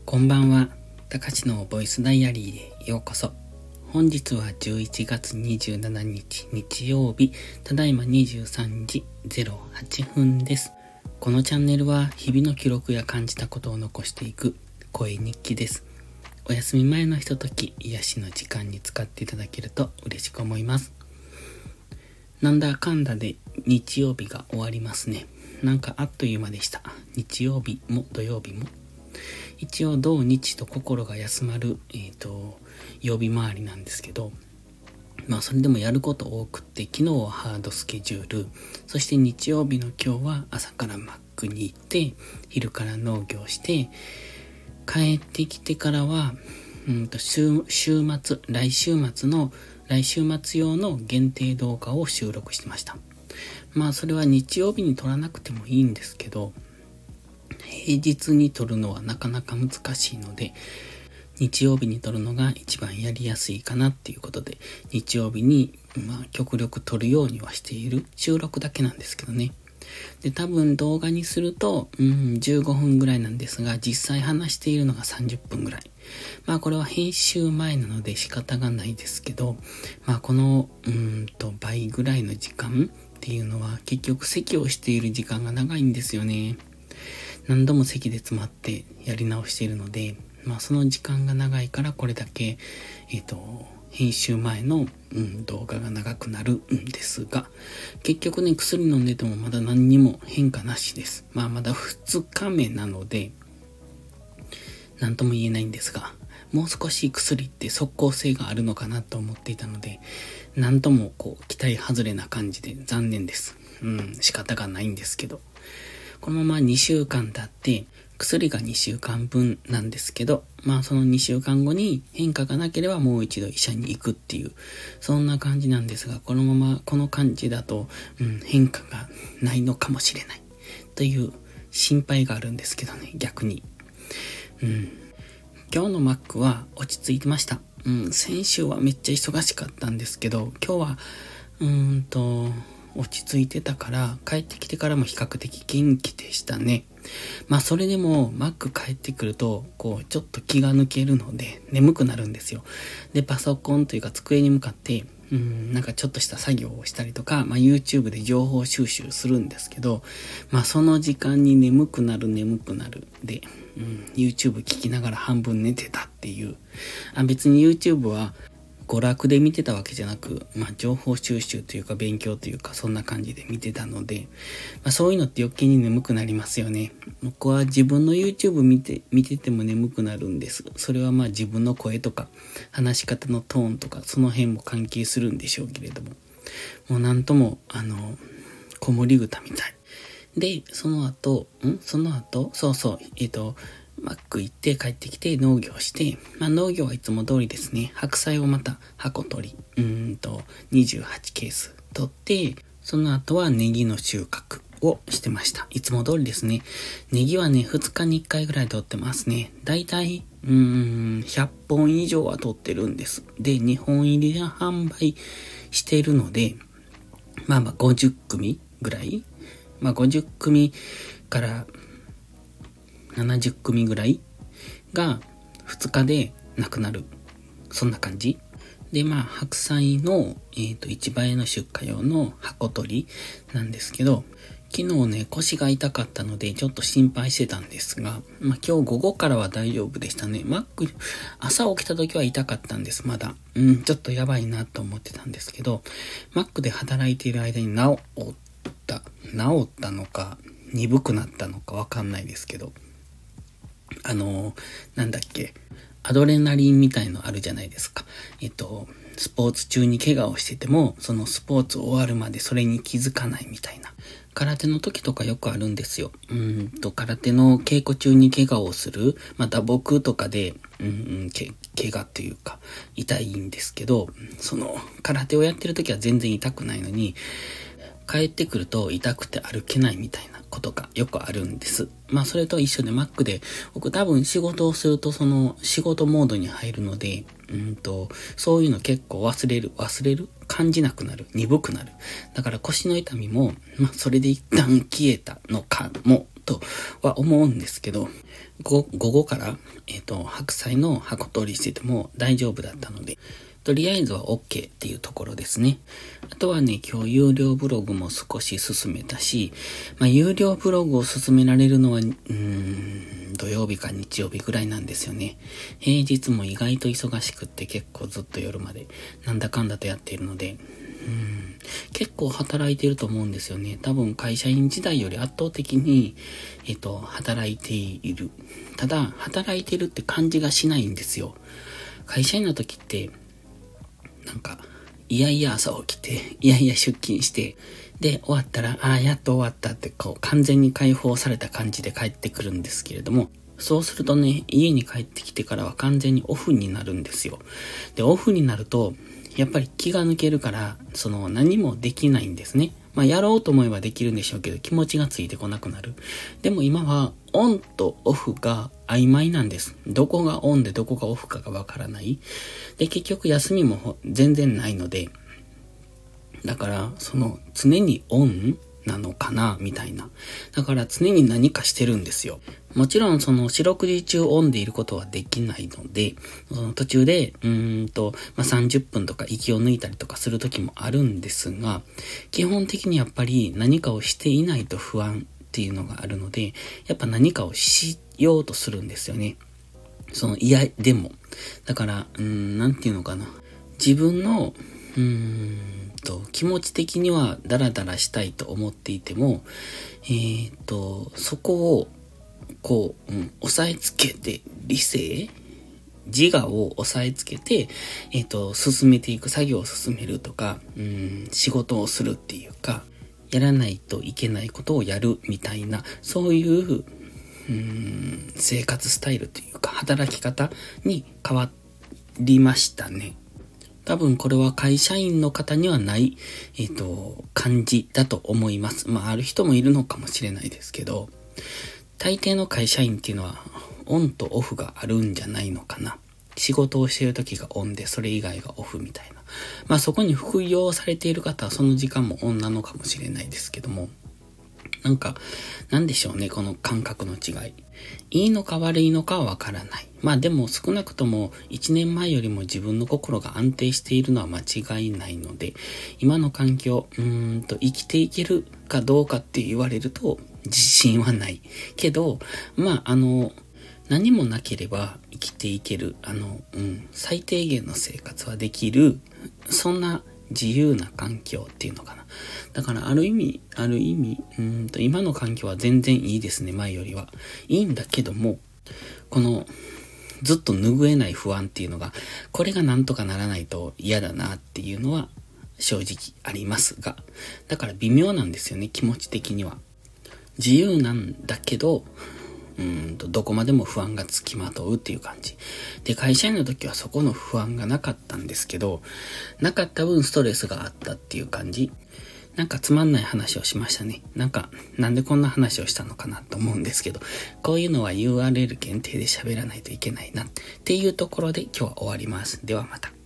こんばんは。たかしのボイスダイアリーへようこそ。本日は11月27日日曜日、ただいま23時08分です。このチャンネルは日々の記録や感じたことを残していく声日記です。お休み前のひととき、癒しの時間に使っていただけると嬉しく思います。なんだかんだで日曜日が終わりますね。なんかあっという間でした。日曜日も土曜日も。一応土日と心が休まる、曜日回りなんですけど、それでもやること多くって、昨日はハードスケジュール、そして日曜日の今日は朝からマックに行って、昼から農業して、帰ってきてからは、来週末用の限定動画を収録してました。それは日曜日に撮らなくてもいいんですけど、平日に撮るのはなかなか難しいので、日曜日に撮るのが一番やりやすいかなっていうことで、日曜日に極力撮るようにはしている。収録だけなんですけどね。で、多分動画にすると、15分ぐらいなんですが、実際話しているのが30分ぐらい。これは編集前なので仕方がないですけど、この、倍ぐらいの時間っていうのは結局席をしている時間が長いんですよね。何度も席で詰まってやり直しているので、その時間が長いからこれだけ、編集前の、動画が長くなるんですが、結局ね、薬飲んでてもまだ何にも変化なしです。まだ2日目なので、何とも言えないんですが、もう少し薬って即効性があるのかなと思っていたので、何とも期待外れな感じで残念です。仕方がないんですけど。このまま2週間経って、薬が2週間分なんですけど、その2週間後に変化がなければもう一度医者に行くっていう、そんな感じなんですが、このままこの感じだと、変化がないのかもしれないという心配があるんですけどね、逆に。今日のマックは落ち着いてました。先週はめっちゃ忙しかったんですけど、今日は落ち着いてたから、帰ってきてからも比較的元気でしたね。それでも、マック帰ってくると、ちょっと気が抜けるので、眠くなるんですよ。で、パソコンというか机に向かって、なんかちょっとした作業をしたりとか、YouTube で情報収集するんですけど、その時間に眠くなるで、YouTube 聞きながら半分寝てたっていう。別に YouTube は、娯楽で見てたわけじゃなく、情報収集というか勉強というかそんな感じで見てたので、そういうのって余計に眠くなりますよね。僕は自分の YouTube 見てても眠くなるんです。それは自分の声とか話し方のトーンとかその辺も関係するんでしょうけれども、もうなんとも子守歌みたい。で、その後、マック行って帰ってきて農業して、農業はいつも通りですね。白菜をまた箱取り、28ケース取って、その後はネギの収穫をしてました。いつも通りですね。ネギはね、2日に1回ぐらい取ってますね。だいたい、100本以上は取ってるんです。で、2本入りで販売しているので、50組ぐらい50組から70組ぐらいが2日でなくなる。そんな感じ。で、白菜の、市場への出荷用の箱取りなんですけど、昨日ね、腰が痛かったのでちょっと心配してたんですが、今日午後からは大丈夫でしたね。朝起きた時は痛かったんです、まだ。ちょっとやばいなと思ってたんですけど、マックで働いている間に治ったのか、鈍くなったのかわかんないですけど、アドレナリンみたいのあるじゃないですか。スポーツ中に怪我をしてても、そのスポーツ終わるまでそれに気づかないみたいな。空手の時とかよくあるんですよ。空手の稽古中に怪我をする。また僕とかで、怪我というか、痛いんですけど、空手をやってる時は全然痛くないのに、帰ってくると痛くて歩けないみたいなことがよくあるんです。それと一緒で Mac で、僕多分仕事をするとその仕事モードに入るので、そういうの結構忘れる感じなくなる。鈍くなる。だから腰の痛みも、それで一旦消えたのかも、 とは思うんですけど、午後から、白菜の箱取りしてても大丈夫だったので、とりあえずは OK っていうところですね。あとはね、今日有料ブログも少し進めたし、有料ブログを進められるのは、土曜日か日曜日ぐらいなんですよね。平日も意外と忙しくって結構ずっと夜までなんだかんだとやっているので、結構働いてると思うんですよね。多分会社員時代より圧倒的に、働いている。ただ、働いてるって感じがしないんですよ。会社員の時って、なんか、いやいや朝起きて、いやいや出勤して、で、終わったら、やっと終わったって、完全に解放された感じで帰ってくるんですけれども、そうするとね、家に帰ってきてからは完全にオフになるんですよ。で、オフになると、やっぱり気が抜けるから、何もできないんですね。やろうと思えばできるんでしょうけど、気持ちがついてこなくなる。でも今は、オンとオフが曖昧なんです。どこがオンでどこがオフかがわからない。で、結局休みも全然ないので、だから、常にオンなのかなみたいな。だから常に何かしてるんですよ。もちろん四六時中オンでいることはできないので、途中で、30分とか息を抜いたりとかする時もあるんですが、基本的にやっぱり何かをしていないと不安っていうのがあるので、やっぱ何かをしようとするんですよね。嫌でも。だから、なんていうのかな。自分の、気持ち的にはダラダラしたいと思っていても、そこを、押さえつけて、自我を押さえつけて、進めていく、作業を進めるとか、仕事をするっていうか、やらないといけないことをやるみたいな、そういう、生活スタイルというか、働き方に変わりましたね。多分これは会社員の方にはない、感じだと思います。ある人もいるのかもしれないですけど、大抵の会社員っていうのは、オンとオフがあるんじゃないのかな。仕事をしている時がオンで、それ以外がオフみたいな。そこに副業されている方はその時間もオンなのかもしれないですけども、なんでしょうね、この感覚の違い。いいのか悪いのかはわからない。でも少なくとも1年前よりも自分の心が安定しているのは間違いないので、今の環境、生きていけるかどうかって言われると自信はない。けど、何もなければ生きていける、最低限の生活はできる、そんな自由な環境っていうのかな。だからある意味、今の環境は全然いいですね、前よりは。いいんだけども、ずっと拭えない不安っていうのが、これがなんとかならないと嫌だなっていうのは正直ありますが、だから微妙なんですよね、気持ち的には。自由なんだけど、どこまでも不安がつきまとうっていう感じ。で、会社員の時はそこの不安がなかったんですけど、なかった分ストレスがあったっていう感じ。つまんない話をしましたね。なんでこんな話をしたのかなと思うんですけど、こういうのは URL 限定で喋らないといけないなっていうところで今日は終わります。ではまた。